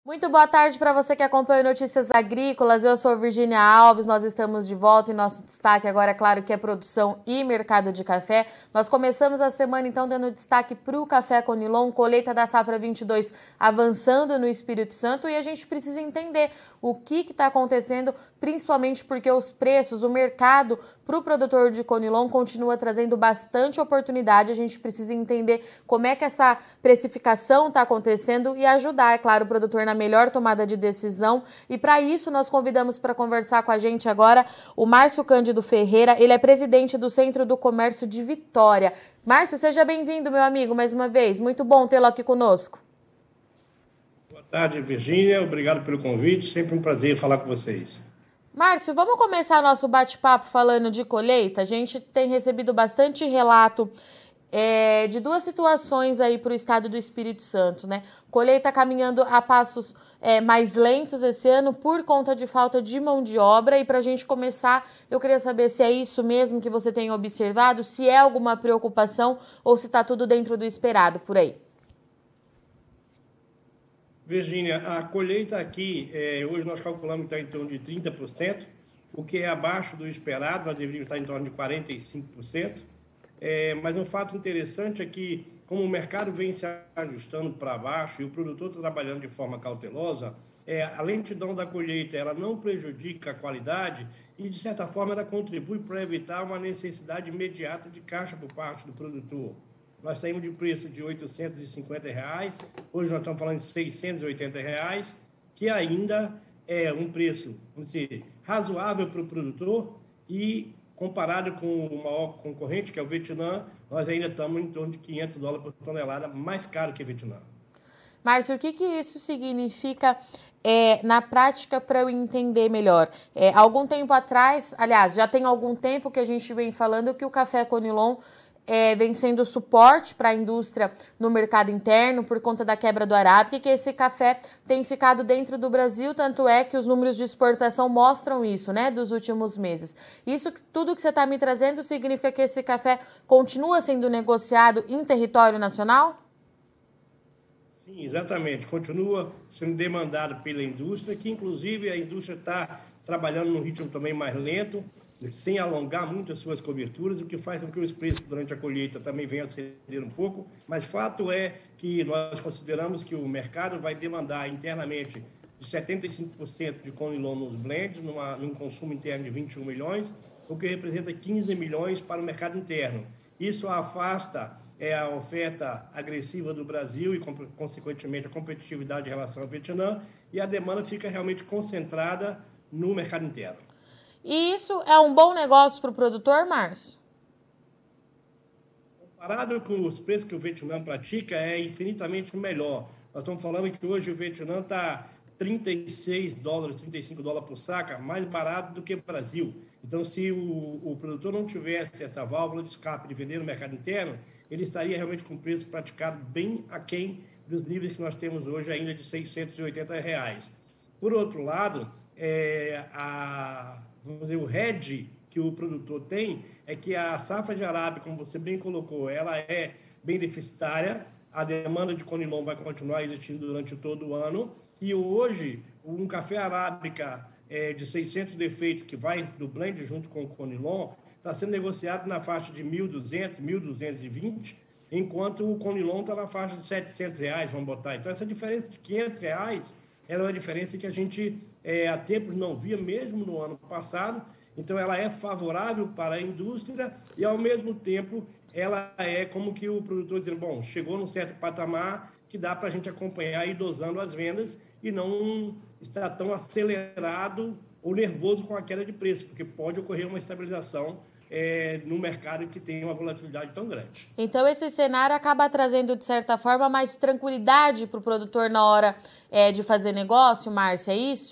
Muito boa tarde para você que acompanha Notícias Agrícolas. Eu sou Virgínia Alves, nós estamos de volta e nosso destaque agora, é claro, que é produção e mercado de café. Nós começamos a semana, então, dando destaque para o café Conilon, colheita da safra 22 avançando no Espírito Santo, e a gente precisa entender o que está acontecendo, principalmente porque os preços, o mercado para o produtor de Conilon continua trazendo bastante oportunidade. A gente precisa entender como é que essa precificação está acontecendo e ajudar, é claro, o produtor na melhor tomada de decisão. E para isso nós convidamos para conversar com a gente agora o Márcio Cândido Ferreira. Ele é presidente do Centro do Comércio de Vitória. Márcio, seja bem-vindo, meu amigo, mais uma vez. Muito bom tê-lo aqui conosco. Boa tarde, Virgínia. Obrigado pelo convite. Sempre um prazer falar com vocês. Márcio, vamos começar nosso bate-papo falando de colheita. A gente tem recebido bastante relato de duas situações aí para o estado do Espírito Santo, né? Colheita caminhando a passos mais lentos esse ano por conta de falta de mão de obra. E para a gente começar, eu queria saber se é isso mesmo que você tem observado, se é alguma preocupação ou se está tudo dentro do esperado por aí. Virgínia, a colheita aqui, hoje nós calculamos que está em torno de 30%, o que é abaixo do esperado, nós deveríamos estar em torno de 45%. Mas um fato interessante é que, como o mercado vem se ajustando para baixo e o produtor está trabalhando de forma cautelosa, a lentidão da colheita ela não prejudica a qualidade e, de certa forma, ela contribui para evitar uma necessidade imediata de caixa por parte do produtor. Nós saímos de preço de R$ 850, hoje nós estamos falando de R$ 680, que ainda é um preço, vamos dizer, razoável para o produtor e, comparado com o maior concorrente, que é o Vietnã, nós ainda estamos em torno de $500 por tonelada, mais caro que o Vietnã. Márcio, o que isso significa na prática para eu entender melhor? Algum tempo atrás, aliás, já tem algum tempo que a gente vem falando que o café Conilon vem sendo suporte para a indústria no mercado interno por conta da quebra do arábica e que esse café tem ficado dentro do Brasil, tanto é que os números de exportação mostram isso, né, dos últimos meses. Isso tudo que você está me trazendo significa que esse café continua sendo negociado em território nacional? Sim, exatamente. Continua sendo demandado pela indústria, que inclusive a indústria está trabalhando num ritmo também mais lento, sem alongar muito as suas coberturas, o que faz com que os preços durante a colheita também venham a ceder um pouco. Mas fato é que nós consideramos que o mercado vai demandar internamente de 75% de Conilon nos blends, num consumo interno de 21 milhões, o que representa 15 milhões para o mercado interno. Isso afasta a oferta agressiva do Brasil e, consequentemente, a competitividade em relação ao Vietnã, e a demanda fica realmente concentrada no mercado interno. E isso é um bom negócio para o produtor, Márcio? Comparado com os preços que o Vietnã pratica, é infinitamente melhor. Nós estamos falando que hoje o Vietnã está $36, $35 por saca, mais barato do que o Brasil. Então, se o produtor não tivesse essa válvula de escape de vender no mercado interno, ele estaria realmente com o preço praticado bem aquém dos níveis que nós temos hoje, ainda de R$ 680. Por outro lado, vamos dizer, o hedge que o produtor tem é que a safra de arábica, como você bem colocou, ela é bem deficitária, a demanda de Conilon vai continuar existindo durante todo o ano, e hoje um café arábica de 600 defeitos, que vai do blend junto com o Conilon, está sendo negociado na faixa de 1.200, 1.220, enquanto o Conilon está na faixa de R$700, vamos botar. Então, essa diferença de R$500, ela é uma diferença que a gente há tempos não via, mesmo no ano passado. Então, ela é favorável para a indústria e, ao mesmo tempo, ela é como que o produtor dizendo, bom, chegou num certo patamar que dá para a gente acompanhar e ir dosando as vendas e não estar tão acelerado ou nervoso com a queda de preço, porque pode ocorrer uma estabilização no mercado que tem uma volatilidade tão grande. Então, esse cenário acaba trazendo, de certa forma, mais tranquilidade para o produtor na hora de fazer negócio, Márcia, é isso?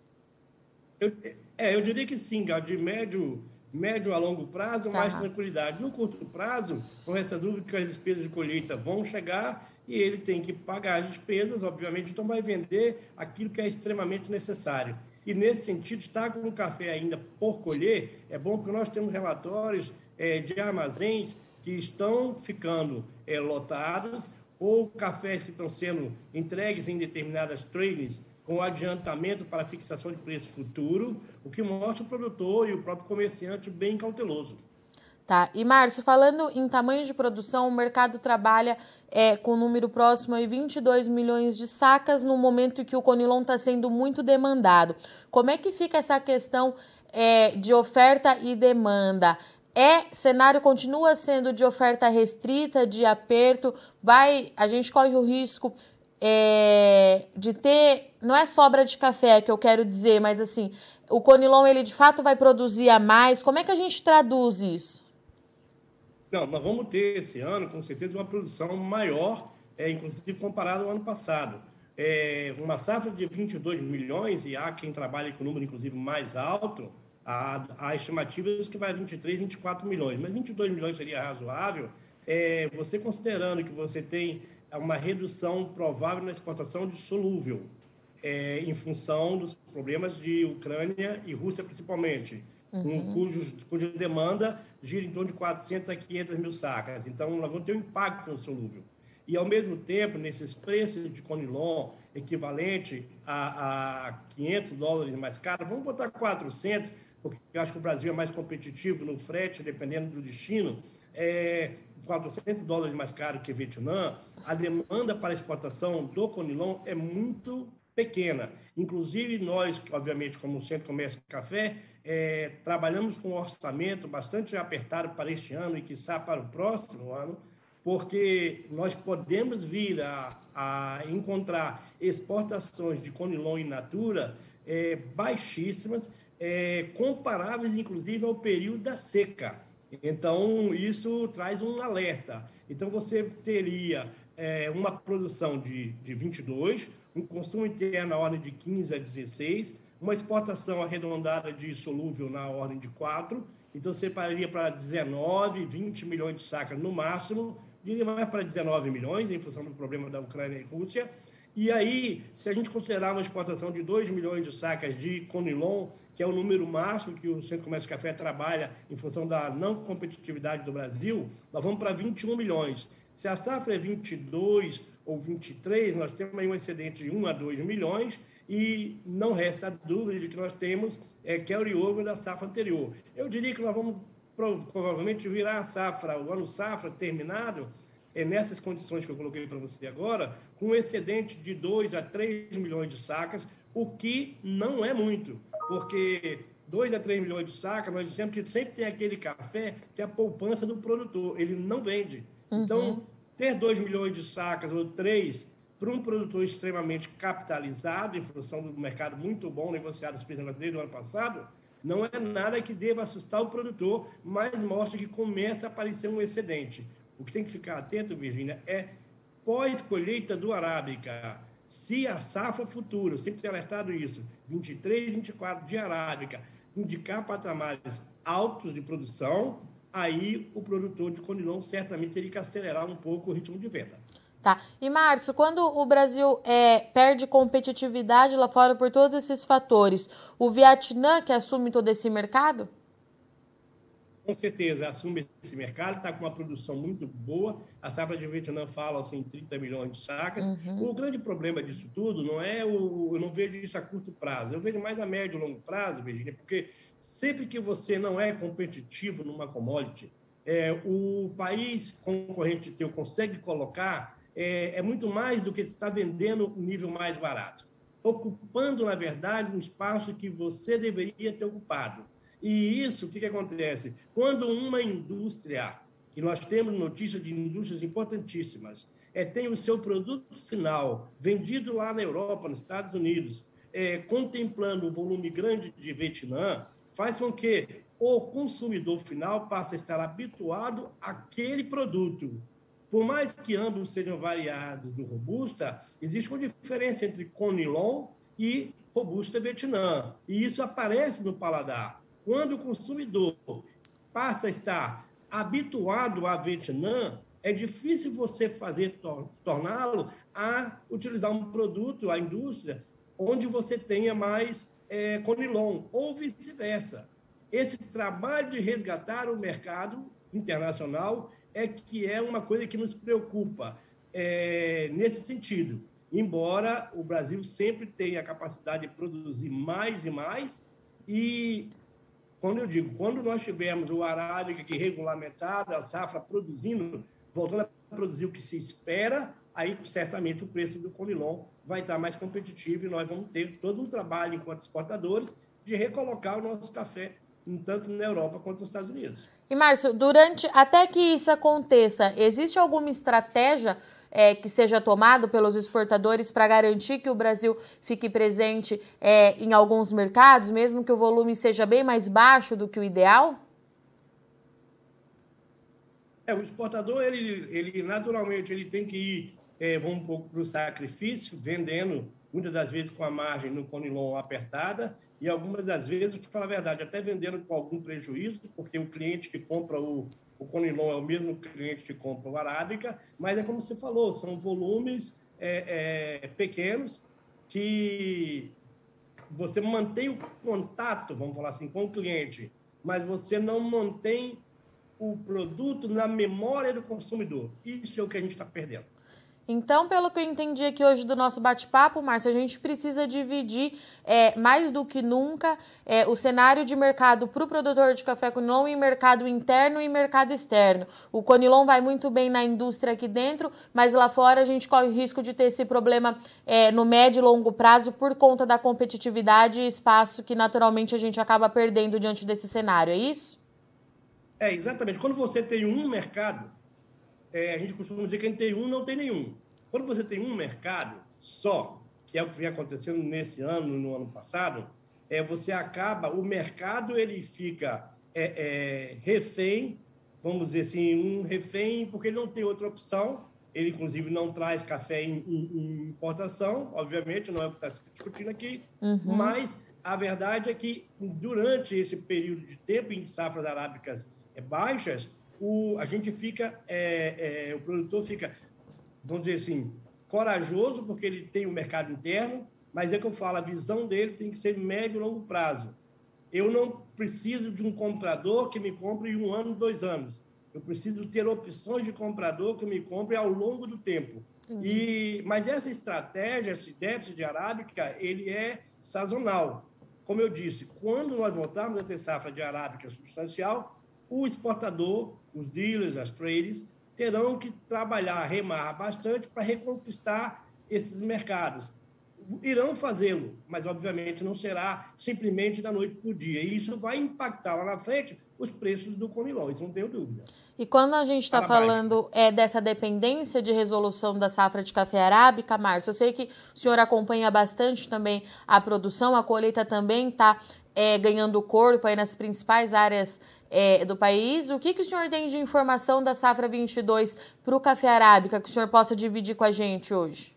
Eu diria que sim, de médio a longo prazo, mais tranquilidade. No curto prazo, com essa dúvida que as despesas de colheita vão chegar e ele tem que pagar as despesas, obviamente, então vai vender aquilo que é extremamente necessário. E, nesse sentido, estar com o café ainda por colher é bom, porque nós temos relatórios de armazéns que estão ficando lotados ou cafés que estão sendo entregues em determinadas tradings com adiantamento para fixação de preço futuro, o que mostra o produtor e o próprio comerciante bem cauteloso. Tá. E, Márcio, falando em tamanho de produção, o mercado trabalha com um número próximo a 22 milhões de sacas no momento em que o Conilon está sendo muito demandado. Como é que fica essa questão de oferta e demanda? Cenário continua sendo de oferta restrita, de aperto, a gente corre o risco de ter, não é sobra de café que eu quero dizer, mas assim, o Conilon, ele de fato vai produzir a mais. Como é que a gente traduz isso? Não, nós vamos ter esse ano, com certeza, uma produção maior, inclusive comparado ao ano passado. Uma safra de 22 milhões, e há quem trabalhe com um número, inclusive, mais alto, há estimativas que vai a 23, 24 milhões, mas 22 milhões seria razoável, você considerando que você tem uma redução provável na exportação de solúvel, em função dos problemas de Ucrânia e Rússia, principalmente, cuja demanda gira em torno de 400 a 500 mil sacas. Então, nós vamos ter um impacto no solúvel. E, ao mesmo tempo, nesses preços de Conilon, equivalente a $500 mais caro, vamos botar 400, porque eu acho que o Brasil é mais competitivo no frete, dependendo do destino, $400 mais caro que o Vietnã, a demanda para exportação do Conilon é muito pequena. Inclusive, nós, obviamente, como Centro de Comércio de Café, trabalhamos com um orçamento bastante apertado para este ano e, quiçá, para o próximo ano, porque nós podemos vir a encontrar exportações de Conilon in natura baixíssimas, comparáveis, inclusive, ao período da seca. Então, isso traz um alerta. Então, você teria uma produção de 22, um consumo interno na ordem de 15 a 16, uma exportação arredondada de solúvel na ordem de 4, então você pararia para 19, 20 milhões de sacas no máximo, diria mais para 19 milhões, em função do problema da Ucrânia e Rússia. E aí, se a gente considerar uma exportação de 2 milhões de sacas de Conilon, que é o número máximo que o Centro de Comércio de Café trabalha em função da não competitividade do Brasil, nós vamos para 21 milhões. Se a safra é 22 ou 23, nós temos aí um excedente de 1 a 2 milhões e não resta dúvida de que nós temos carry-over da safra anterior. Eu diria que nós vamos provavelmente virar a safra, o ano safra terminado, nessas condições que eu coloquei para você agora, com um excedente de 2 a 3 milhões de sacas, o que não é muito, porque 2 a 3 milhões de sacas, nós dizemos que sempre tem aquele café que é a poupança do produtor, ele não vende. Então, ter 2 milhões de sacas ou 3 para um produtor extremamente capitalizado, em função do mercado muito bom negociado especialmente desde o ano passado, não é nada que deva assustar o produtor, mas mostra que começa a aparecer um excedente. O que tem que ficar atento, Virgínia, é pós-colheita do Arábica. Se a safra futura, eu sempre tenho alertado isso, 23, 24 de Arábica, indicar patamares altos de produção, aí o produtor de Conilon certamente teria que acelerar um pouco o ritmo de venda. Tá. E, Márcio, quando o Brasil perde competitividade lá fora por todos esses fatores, o Vietnã que assume todo esse mercado? Com certeza, assume esse mercado, está com uma produção muito boa. A safra de Vietnã fala assim, 30 milhões de sacas. O grande problema disso tudo não é eu não vejo isso a curto prazo, eu vejo mais a médio e longo prazo, Virgínia, porque sempre que você não é competitivo numa commodity, o país concorrente teu consegue colocar muito mais do que está vendendo um nível mais barato, ocupando, na verdade, um espaço que você deveria ter ocupado. E isso, o que acontece? Quando uma indústria, e nós temos notícias de indústrias importantíssimas, tem o seu produto final vendido lá na Europa, nos Estados Unidos, contemplando um volume grande de Vietnã, faz com que o consumidor final passe a estar habituado àquele produto. Por mais que ambos sejam variados do Robusta, existe uma diferença entre Conilon e Robusta Vietnã. E isso aparece no paladar. Quando o consumidor passa a estar habituado a Vietnã, é difícil você torná-lo a utilizar um produto, a indústria, onde você tenha mais Conilon, ou vice-versa. Esse trabalho de resgatar o mercado internacional que é uma coisa que nos preocupa. nesse sentido. Embora o Brasil sempre tenha a capacidade de produzir mais e mais, e quando nós tivermos o arábica aqui regulamentado, a safra produzindo, voltando a produzir o que se espera, aí certamente o preço do conilon vai estar mais competitivo e nós vamos ter todo um trabalho enquanto exportadores de recolocar o nosso café tanto na Europa quanto nos Estados Unidos. E, Márcio, até que isso aconteça, existe alguma estratégia que seja tomada pelos exportadores para garantir que o Brasil fique presente em alguns mercados, mesmo que o volume seja bem mais baixo do que o ideal? O exportador, ele naturalmente, ele tem que ir, vamos um pouco para o sacrifício, vendendo, muitas das vezes com a margem no conilon apertada, e algumas das vezes, para falar a verdade, até vendendo com algum prejuízo, porque o cliente que compra o conilon é o mesmo cliente que compra o arábica, mas é como você falou, são volumes pequenos que você mantém o contato, vamos falar assim, com o cliente, mas você não mantém o produto na memória do consumidor. Isso é o que a gente está perdendo. Então, pelo que eu entendi aqui hoje do nosso bate-papo, Márcio, a gente precisa dividir mais do que nunca o cenário de mercado para o produtor de café conilon em mercado interno e mercado externo. O conilon vai muito bem na indústria aqui dentro, mas lá fora a gente corre o risco de ter esse problema no médio e longo prazo por conta da competitividade e espaço que naturalmente a gente acaba perdendo diante desse cenário, é isso? Exatamente. Quando você tem um mercado, a gente costuma dizer que quem tem um não tem nenhum. Quando você tem um mercado só, que é o que vem acontecendo nesse ano, no ano passado, você acaba, o mercado ele fica refém, vamos dizer assim, um refém, porque ele não tem outra opção. Ele, inclusive, não traz café em importação, obviamente, não é o que está se discutindo aqui, mas a verdade é que, durante esse período de tempo em safras arábicas baixas, a gente fica, o produtor fica, vamos dizer assim, corajoso, porque ele tem o mercado interno, mas é que eu falo, a visão dele tem que ser médio e longo prazo. Eu não preciso de um comprador que me compre em 1 ano, 2 anos. Eu preciso ter opções de comprador que me compre ao longo do tempo. Mas essa estratégia, esse déficit de arábica, ele é sazonal. Como eu disse, quando nós voltarmos a ter safra de arábica substancial, o exportador, os dealers, as traders, terão que trabalhar, remar bastante para reconquistar esses mercados. Irão fazê-lo, mas, obviamente, não será simplesmente da noite para o dia. E isso vai impactar lá na frente os preços do conilon, isso não tenho dúvida. E quando a gente está falando dessa dependência de resolução da safra de café arábica, Márcio, eu sei que o senhor acompanha bastante também a produção, a colheita também está ganhando corpo aí nas principais áreas do país. O que o senhor tem de informação da safra 22 para o café arábica que o senhor possa dividir com a gente hoje?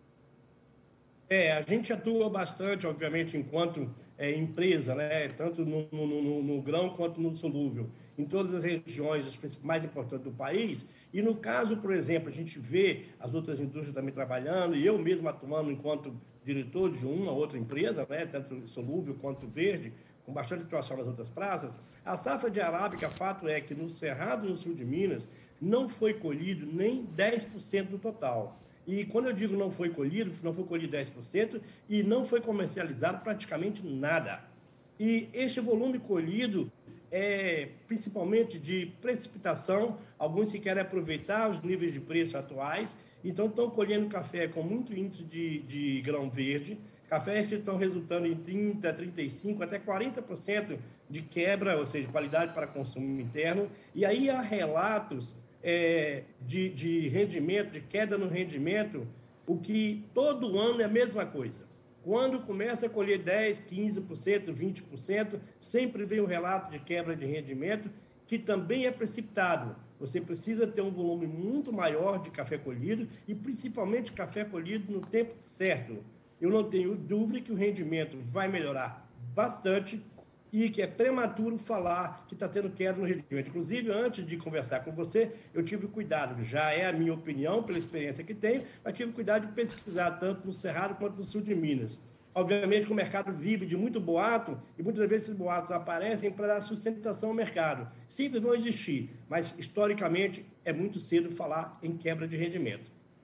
A gente atua bastante, obviamente, enquanto empresa, né? Tanto no grão quanto no solúvel, em todas as regiões mais importantes do país. E, no caso, por exemplo, a gente vê as outras indústrias também trabalhando, e eu mesmo atuando enquanto diretor de uma outra empresa, né? Tanto solúvel quanto verde, com bastante atuação nas outras praças. A safra de arábica, fato é que no Cerrado, no sul de Minas, não foi colhido nem 10% do total. E quando eu digo não foi colhido 10% e não foi comercializado praticamente nada. E este volume colhido é principalmente de precipitação, alguns se querem aproveitar os níveis de preço atuais, então estão colhendo café com muito índice de grão verde, cafés que estão resultando em 30%, 35%, até 40% de quebra, ou seja, qualidade para consumo interno. E aí há relatos de rendimento, de queda no rendimento, o que todo ano é a mesma coisa. Quando começa a colher 10%, 15%, 20%, sempre vem um relato de quebra de rendimento, que também é precipitado. Você precisa ter um volume muito maior de café colhido e, principalmente, café colhido no tempo certo. Eu não tenho dúvida que o rendimento vai melhorar bastante e que é prematuro falar que está tendo queda no rendimento. Inclusive, antes de conversar com você, eu tive cuidado, já é a minha opinião, pela experiência que tenho, mas tive cuidado de pesquisar tanto no Cerrado quanto no sul de Minas. Obviamente que o mercado vive de muito boato e muitas vezes esses boatos aparecem para dar sustentação ao mercado. Sempre vão existir, mas historicamente é muito cedo falar em quebra de rendimento.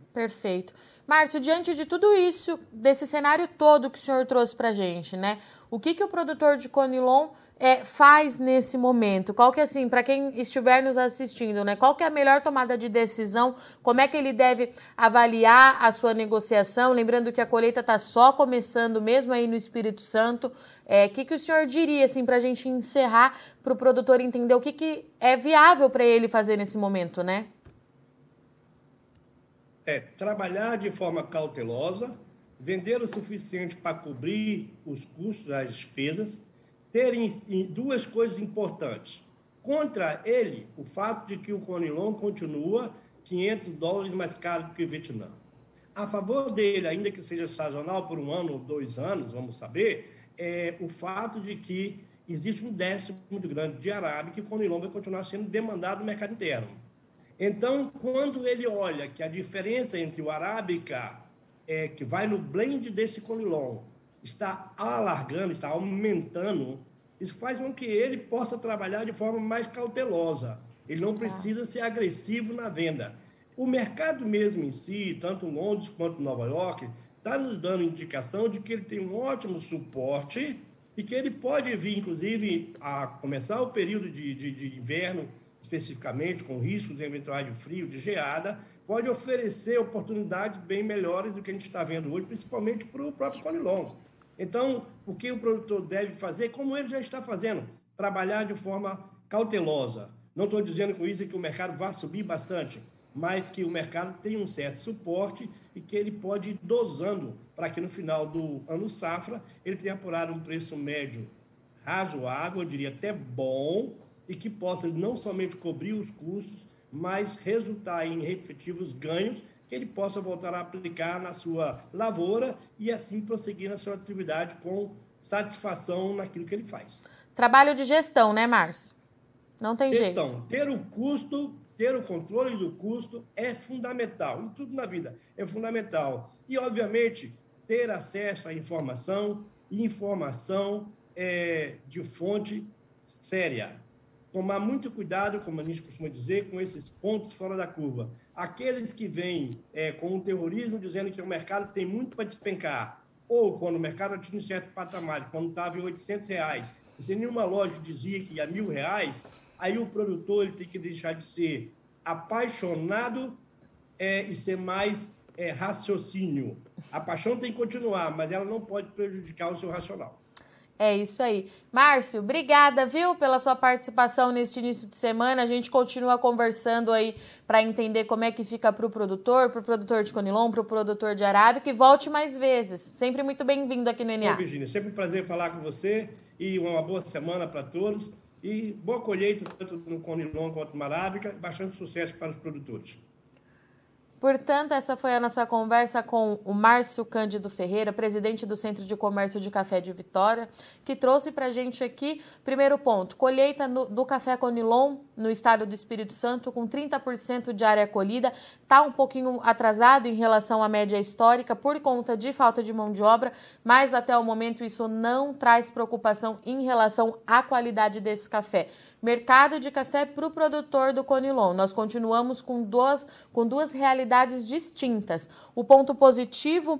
Perfeito. Márcio, diante de tudo isso, desse cenário todo que o senhor trouxe para a gente, né? O que o produtor de Conilon faz nesse momento? Qual que, assim, para quem estiver nos assistindo, né? Qual que é a melhor tomada de decisão? Como é que ele deve avaliar a sua negociação? Lembrando que a colheita está só começando mesmo aí no Espírito Santo. O que o senhor diria, assim, para a gente encerrar, para o produtor entender o que é viável para ele fazer nesse momento, né? Trabalhar de forma cautelosa, vender o suficiente para cobrir os custos, as despesas, terem duas coisas importantes. Contra ele, o fato de que o Conilon continua $500 mais caro do que o Vietnã. A favor dele, ainda que seja sazonal por 1 ano ou 2 anos, vamos saber, é o fato de que existe um déficit muito grande de arábica e o Conilon vai continuar sendo demandado no mercado interno. Então, quando ele olha que a diferença entre o arábica, que vai no blend desse Conilon, está alargando, está aumentando, isso faz com que ele possa trabalhar de forma mais cautelosa. Ele não precisa ser agressivo na venda. O mercado mesmo em si, tanto Londres quanto Nova York, está nos dando indicação de que ele tem um ótimo suporte e que ele pode vir, inclusive, a começar o período de inverno, especificamente com riscos eventuais de frio, de geada, pode oferecer oportunidades bem melhores do que a gente está vendo hoje, principalmente para o próprio Conilon. Então, o que o produtor deve fazer, como ele já está fazendo, trabalhar de forma cautelosa. Não estou dizendo com isso que o mercado vai subir bastante, mas que o mercado tem um certo suporte e que ele pode ir dosando para que no final do ano safra ele tenha apurado um preço médio razoável, eu diria até bom, e que possa não somente cobrir os custos, mas resultar em efetivos ganhos que ele possa voltar a aplicar na sua lavoura e assim prosseguir na sua atividade com satisfação naquilo que ele faz. Trabalho de gestão, né, Márcio? Não tem jeito. Ter o custo, ter o controle do custo é fundamental. Em tudo na vida é fundamental. E, obviamente, ter acesso à informação, e informação de fonte séria. Tomar muito cuidado, como a gente costuma dizer, com esses pontos fora da curva. Aqueles que vêm com o terrorismo dizendo que o mercado tem muito para despencar, ou quando o mercado atinge um certo patamar, quando estava em R$800, e se nenhuma loja dizia que ia R$1.000, aí o produtor ele tem que deixar de ser apaixonado e ser mais raciocínio. A paixão tem que continuar, mas ela não pode prejudicar o seu racional. É isso aí. Márcio, obrigada, viu, pela sua participação neste início de semana. A gente continua conversando aí para entender como é que fica para o produtor de Conilon, para o produtor de arábica, e volte mais vezes. Sempre muito bem-vindo aqui no NA. Virgínia, sempre um prazer falar com você e uma boa semana para todos. E boa colheita, tanto no Conilon quanto no arábica, bastante sucesso para os produtores. Portanto, essa foi a nossa conversa com o Márcio Cândido Ferreira, presidente do Centro de Comércio de Café de Vitória, que trouxe para a gente aqui, primeiro ponto, colheita do café Conilon no estado do Espírito Santo, com 30% de área colhida, está um pouquinho atrasado em relação à média histórica por conta de falta de mão de obra, mas até o momento isso não traz preocupação em relação à qualidade desse café. Mercado de café para o produtor do Conilon. Nós continuamos com duas realidades distintas. O ponto positivo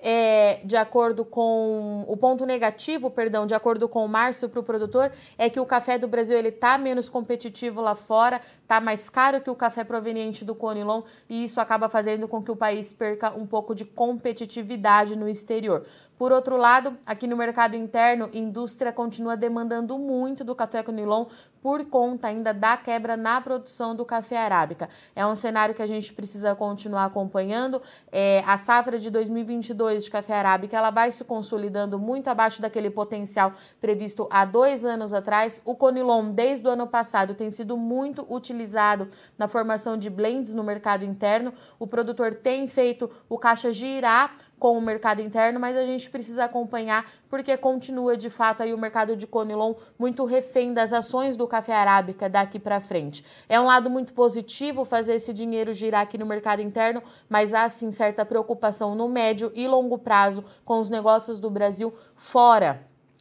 de acordo com o ponto negativo, de acordo com o Márcio para o produtor, é que o café do Brasil ele está menos competitivo lá fora, está mais caro que o café proveniente do Conilon e isso acaba fazendo com que o país perca um pouco de competitividade no exterior. Por outro lado, aqui no mercado interno, a indústria continua demandando muito do café Conilon por conta ainda da quebra na produção do café arábica. É um cenário que a gente precisa continuar acompanhando. A safra de 2022 de café arábica ela vai se consolidando muito abaixo daquele potencial previsto há 2 anos atrás. O Conilon, desde o ano passado, tem sido muito utilizado na formação de blends no mercado interno. O produtor tem feito o caixa girar com o mercado interno, mas a gente precisa acompanhar porque continua de fato aí o mercado de Conilon muito refém das ações do café arábica daqui para frente. É um lado muito positivo fazer esse dinheiro girar aqui no mercado interno, mas há sim certa preocupação no médio e longo prazo com os negócios do Brasil fora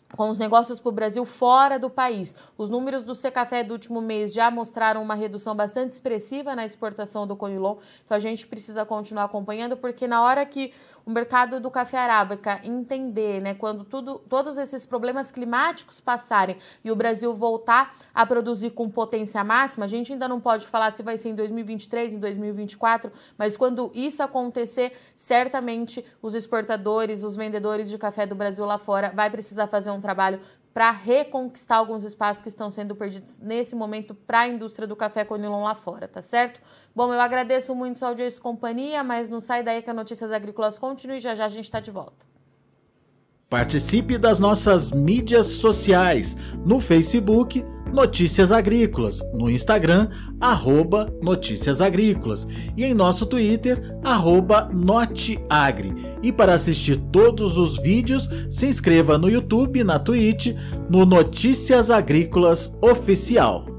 com os negócios para o Brasil fora do país. Os números do Secafé do último mês já mostraram uma redução bastante expressiva na exportação do Conilon, então a gente precisa continuar acompanhando, porque na hora que o mercado do café arábica entender, né, quando todos esses problemas climáticos passarem e o Brasil voltar a produzir com potência máxima, a gente ainda não pode falar se vai ser em 2023, em 2024, mas quando isso acontecer, certamente os exportadores, os vendedores de café do Brasil lá fora vai precisar fazer um trabalho para reconquistar alguns espaços que estão sendo perdidos nesse momento para a indústria do café Conilon lá fora, tá certo? Bom, eu agradeço muito sua audiência e companhia, mas não sai daí que a Notícias Agrícolas continue e já já a gente está de volta. Participe das nossas mídias sociais, no Facebook, Notícias Agrícolas, no Instagram, @Notícias Agrícolas e em nosso Twitter, @Noteagri. E para assistir todos os vídeos, se inscreva no YouTube, na Twitch, no Notícias Agrícolas Oficial.